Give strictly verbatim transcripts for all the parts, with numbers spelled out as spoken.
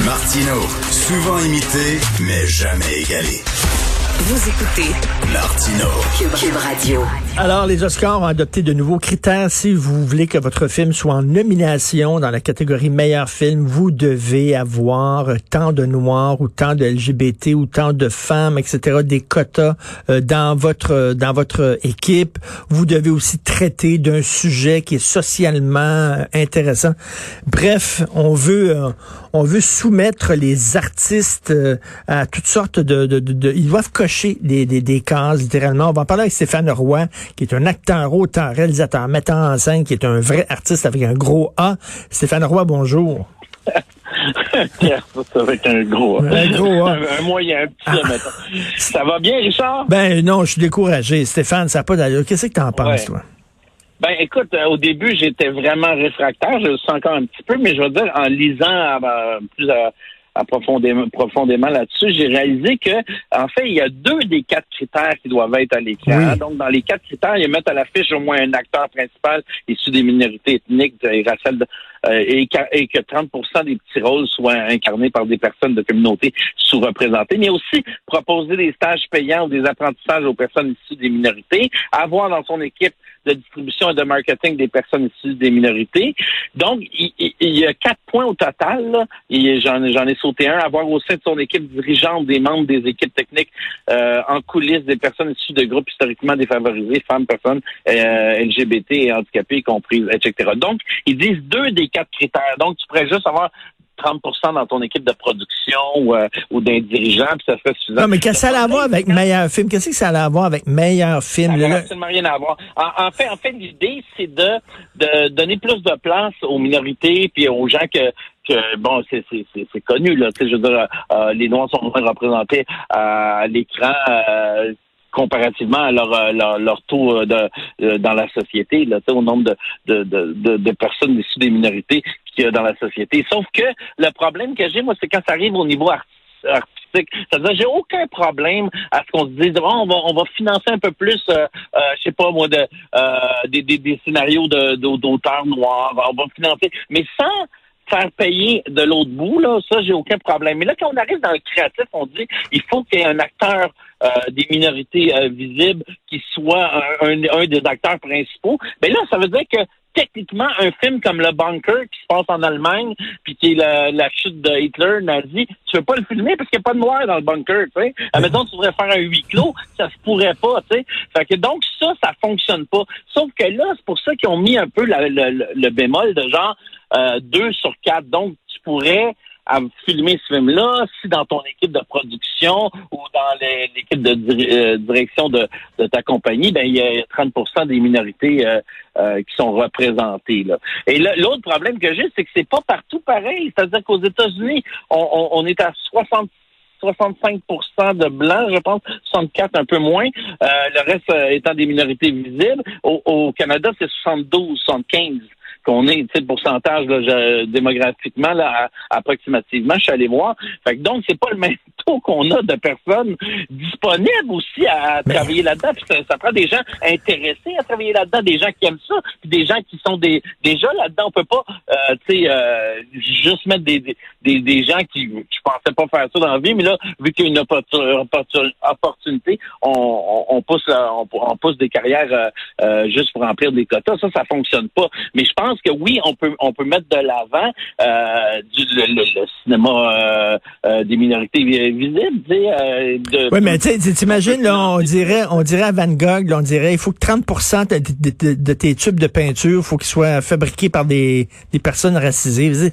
Martino, souvent imité, mais jamais égalé. Vous écoutez Martino, Cube, Cube Radio. Alors, les Oscars ont adopté de nouveaux critères. Si vous voulez que votre film soit en nomination dans la catégorie meilleur film, vous devez avoir tant de Noirs ou tant de L G B T ou tant de femmes, et cetera, des quotas euh, dans votre dans votre équipe. Vous devez aussi traiter d'un sujet qui est socialement euh, intéressant. Bref, on veut euh, on veut soumettre les artistes euh, à toutes sortes de, de, de, de ils doivent cocher des, des, des cases, littéralement. On va en parler avec Stéphane Roy, qui est un acteur, auteur, réalisateur, metteur en scène, qui est un vrai artiste avec un gros A. Stéphane Roy, bonjour. Avec un gros A. Un gros A. Un, un moyen, un petit ah. A, mettons. Ça va bien, Richard? Ben non, je suis découragé. Stéphane, ça n'a pas d'allure. Qu'est-ce que t'en penses, ouais. toi? Ben, écoute, euh, au début, j'étais vraiment réfractaire. Je le sens encore un petit peu, mais je veux dire, en lisant euh, plus... Euh, Profondément, profondément là-dessus, j'ai réalisé que, en fait, il y a deux des quatre critères qui doivent être à l'écran. Oui. Donc, dans les quatre critères, ils mettent à l'affiche au moins un acteur principal issu des minorités ethniques et raciales euh, et, et que trente pour cent des petits rôles soient incarnés par des personnes de communautés sous-représentées, mais aussi proposer des stages payants ou des apprentissages aux personnes issues des minorités, avoir dans son équipe de distribution et de marketing des personnes issues des minorités. Donc, il, il, il y a quatre points au total, là. Et j'en, j'en ai sauté un. Avoir au sein de son équipe dirigeante des membres des équipes techniques euh, en coulisses des personnes issues de groupes historiquement défavorisés, femmes, personnes euh, L G B T et handicapées y compris, et cetera. Donc, ils disent deux des quatre critères. Donc, tu pourrais juste avoir trente pour cent dans ton équipe de production ou, euh, ou d'un dirigeant, puis ça serait suffisant. Non, mais qu'est-ce que ça a à voir avec meilleur film? Qu'est-ce que ça a à voir avec meilleur film? Ça n'a absolument rien à voir. En, en fait, en fait, l'idée, c'est de, de donner plus de place aux minorités puis aux gens que que bon, c'est c'est c'est, c'est connu là. Tu sais, je veux dire, euh, les Noirs sont moins représentés à l'écran. Euh, comparativement à leur leur, leur taux de, de dans la société, là, au nombre de, de, de, de personnes issues des minorités qu'il y a dans la société. Sauf que le problème que j'ai, moi, c'est quand ça arrive au niveau artistique. C'est-à-dire, j'ai aucun problème à ce qu'on se dise, oh, on va on va financer un peu plus, euh, euh, je sais pas moi, de euh, des, des, des scénarios de, de d'auteurs noirs. On va financer, mais sans faire payer de l'autre bout, là, ça, j'ai aucun problème. Mais là, quand on arrive dans le créatif, on dit il faut qu'il y ait un acteur euh, des minorités euh, visibles qui soit un, un, un des acteurs principaux. Mais là, ça veut dire que techniquement, un film comme Le Bunker, qui se passe en Allemagne, puis qui est la, la chute de Hitler nazi, tu veux pas le filmer parce qu'il n'y a pas de noir dans le bunker, tu sais. Admettons, tu voudrais faire un huis clos, ça se pourrait pas, tu sais. Fait que donc, ça, ça fonctionne pas. Sauf que là, c'est pour ça qu'ils ont mis un peu la, le, le bémol de genre euh, deux sur quatre. Donc, tu pourrais à filmer ce film-là, si dans ton équipe de production ou dans les, l'équipe de dir- euh, direction de, de ta compagnie, ben il y a trente pour cent des minorités euh, euh, qui sont représentées. Là. Et là, l'autre problème que j'ai, c'est que c'est pas partout pareil. C'est-à-dire qu'aux États-Unis, on, on, on est à soixante soixante-cinq pour cent de blancs, je pense, soixante-quatre un peu moins, euh, le reste euh, étant des minorités visibles. Au, au Canada, c'est soixante-douze, soixante-quinze qu'on est, tu sais, le pourcentage là, je, démographiquement, là, à, approximativement, je suis allé voir. Fait que donc, c'est pas le même taux qu'on a de personnes disponibles aussi à Mais... travailler là-dedans. Puis ça, ça prend des gens intéressés à travailler là-dedans, des gens qui aiment ça, puis des gens qui sont des déjà là-dedans. On peut pas, euh, tu sais, euh, juste mettre des, des des gens qui je pensais pas faire ça dans la vie, mais là, vu qu'il y a une opportun, opportunité, on, on, on pousse on, on pousse des carrières euh, euh, juste pour remplir des quotas. Ça, ça fonctionne pas. Mais je pense que oui, on peut on peut mettre de l'avant euh, du le, le, le cinéma euh, euh, des minorités visibles, tu sais. Euh, de, oui, mais tu sais, t'imagines là, on dirait on dirait à Van Gogh, là, on dirait il faut que trente pour cent de, de, de, de tes tubes de peinture, faut qu'ils soient fabriqués par des des personnes racisées.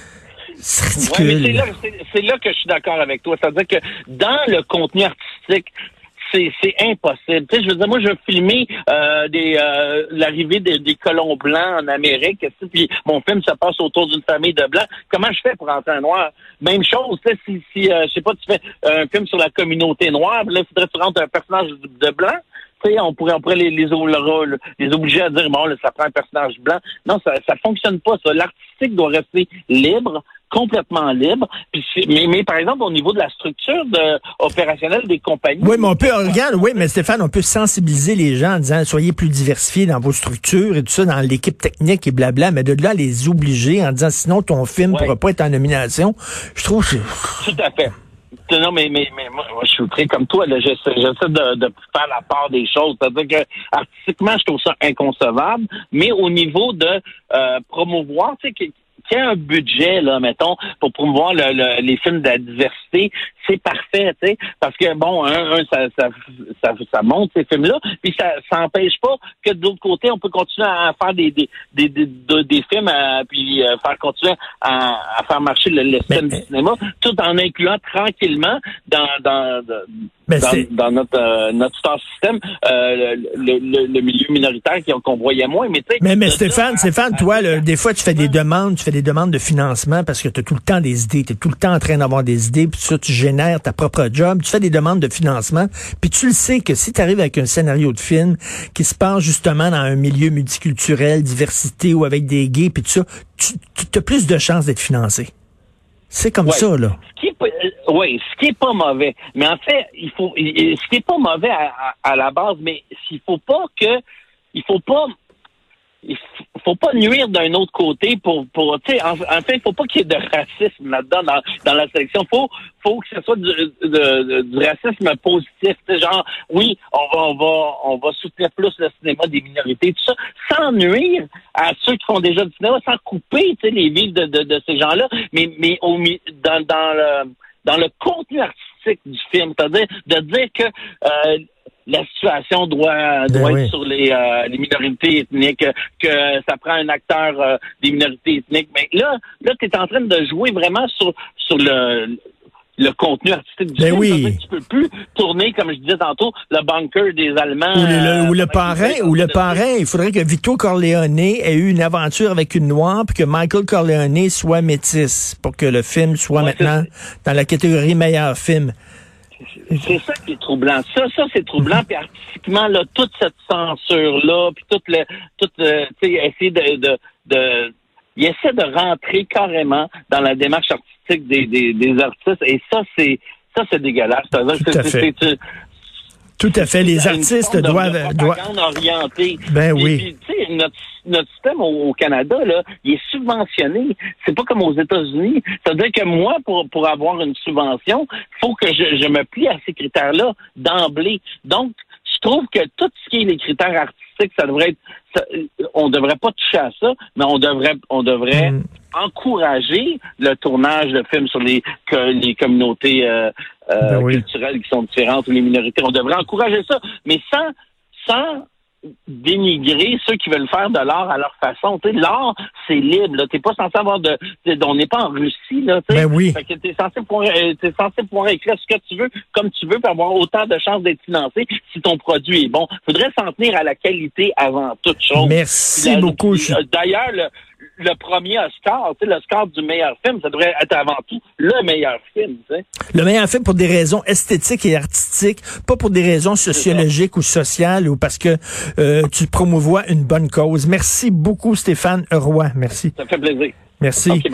C'est ridicule. Ouais, mais c'est là, c'est, c'est là que je suis d'accord avec toi. C'est-à-dire que dans le contenu artistique, C'est, c'est impossible. Tu sais, je veux dire, moi, je veux filmer euh, des, euh, l'arrivée des, des colons blancs en Amérique, puis mon film se passe autour d'une famille de blancs. Comment je fais pour rentrer un noir? Même chose, tu sais, si, si euh, je sais pas, tu fais un film sur la communauté noire, là, il faudrait que tu rentres un personnage de blanc. Tu sais, on pourrait, on pourrait les, les, les obliger à dire, bon, là, ça prend un personnage blanc. Non, ça, ça fonctionne pas, ça. L'artistique doit rester libre, complètement libre. Puis mais, mais par exemple, au niveau de la structure de, opérationnelle des compagnies... Oui, mais on peut, regarde, oui, mais Stéphane, on peut sensibiliser les gens en disant, soyez plus diversifiés dans vos structures et tout ça, dans l'équipe technique et blabla, mais de là, les obliger en disant, sinon, ton film ne ouais. pourra pas être en nomination, je trouve que... Tout à fait. Non, mais, mais, mais moi, moi, je suis très comme toi, là, j'essaie, j'essaie de, de faire la part des choses. C'est-à-dire que, artistiquement, je trouve ça inconcevable, mais au niveau de euh, promouvoir, tu sais, qu'il y a un budget, là, mettons, pour promouvoir le, le, les films de la diversité, c'est parfait, tu sais, parce que, bon, un, un ça, ça, ça, ça monte, ces films-là, puis ça ça empêche pas que, de l'autre côté, on peut continuer à faire des des des, des, des, des films, à, puis euh, faire continuer à, à faire marcher le, le système du cinéma, tout en incluant tranquillement dans dans dans, dans, dans notre euh, notre star system euh, le, le, le milieu minoritaire qu'on voyait moins, mais tu sais... Mais, mais Stéphane, ça, Stéphane, à, toi, à, là, des fois, tu fais des demandes, tu fais des demandes de financement parce que tu as tout le temps des idées, tu es tout le temps en train d'avoir des idées, puis ça, tu génères ta propre job, tu fais des demandes de financement, puis tu le sais que si tu arrives avec un scénario de film qui se passe justement dans un milieu multiculturel, diversité ou avec des gays, puis tout ça, tu, tu as plus de chances d'être financé. C'est comme ouais. ça, là. Ce qui est pas, euh, oui, ce qui est pas mauvais. Mais en fait, il faut, il, ce qui est pas mauvais à, à, à la base, mais il faut pas que, il faut pas, il faut pas nuire d'un autre côté pour, pour, tu sais, en, en fait, il faut pas qu'il y ait de racisme là-dedans dans, dans la sélection. Faut, faut que ce soit du, de, de, du racisme positif. Tu sais, genre, oui, on va, on va, on va soutenir plus le cinéma des minorités, tout ça, sans nuire à ceux qui font déjà du cinéma, sans couper, tu sais, les vies de, de, de ces gens-là, mais, mais au, dans, dans le, dans le contenu artistique du film, c'est-à-dire de dire que euh, la situation doit, doit ben être oui. sur les, euh, les minorités ethniques, que ça prend un acteur euh, des minorités ethniques. Mais là, là, tu es en train de jouer vraiment sur, sur le, le contenu artistique du ben film. Oui. Tu peux plus tourner, comme je disais tantôt, le bunker des Allemands. Ou le, le, euh, ou le parrain, ou le parrain. Il faudrait que Vito Corleone ait eu une aventure avec une noire, puis que Michael Corleone soit métis, pour que le film soit ouais, maintenant dans la catégorie meilleur film. C'est ça qui est troublant. Ça, ça c'est troublant. Puis artistiquement, là, toute cette censure-là, puis toute le, toute, euh, tu sais, essayer de, de, de, il essaie de rentrer carrément dans la démarche artistique des, des, des artistes. Et ça, c'est, ça, c'est dégueulasse. Tout à fait. C'est, Tout à fait. Les artistes doivent, doivent. orientée. Ben oui. Puis, tu sais, notre, notre système au, au Canada, là, il est subventionné. C'est pas comme aux États-Unis. C'est-à-dire que moi, pour, pour avoir une subvention, faut que je, je me plie à ces critères-là d'emblée. Donc, je trouve que tout ce qui est les critères artistiques, ça devrait être, ça, on devrait pas toucher à ça, mais on devrait, on devrait mm. encourager le tournage de films sur les, que, les communautés euh, euh, ben oui. culturelles qui sont différentes ou les minorités. On devrait encourager ça, mais sans, sans dénigrer ceux qui veulent faire de l'art à leur façon. Tu sais, l'art, c'est libre. Là. T'es pas censé avoir de, de on n'est pas en Russie, là. Tu sais. Ben oui. Fait que t'es censé pouvoir, t'es censé pouvoir écrire ce que tu veux, comme tu veux, pour avoir autant de chances d'être financé si ton produit est bon. Faudrait s'en tenir à la qualité avant toute chose. Merci la, beaucoup. Puis, d'ailleurs, le, le premier Oscar, tu sais, le Oscar du meilleur film, ça devrait être avant tout le meilleur film, tu sais. Le meilleur film pour des raisons esthétiques et artistiques, pas pour des raisons sociologiques ou sociales ou parce que euh, tu promouvois une bonne cause. Merci beaucoup, Stéphane Roy. Merci. Ça fait plaisir. Merci. Okay.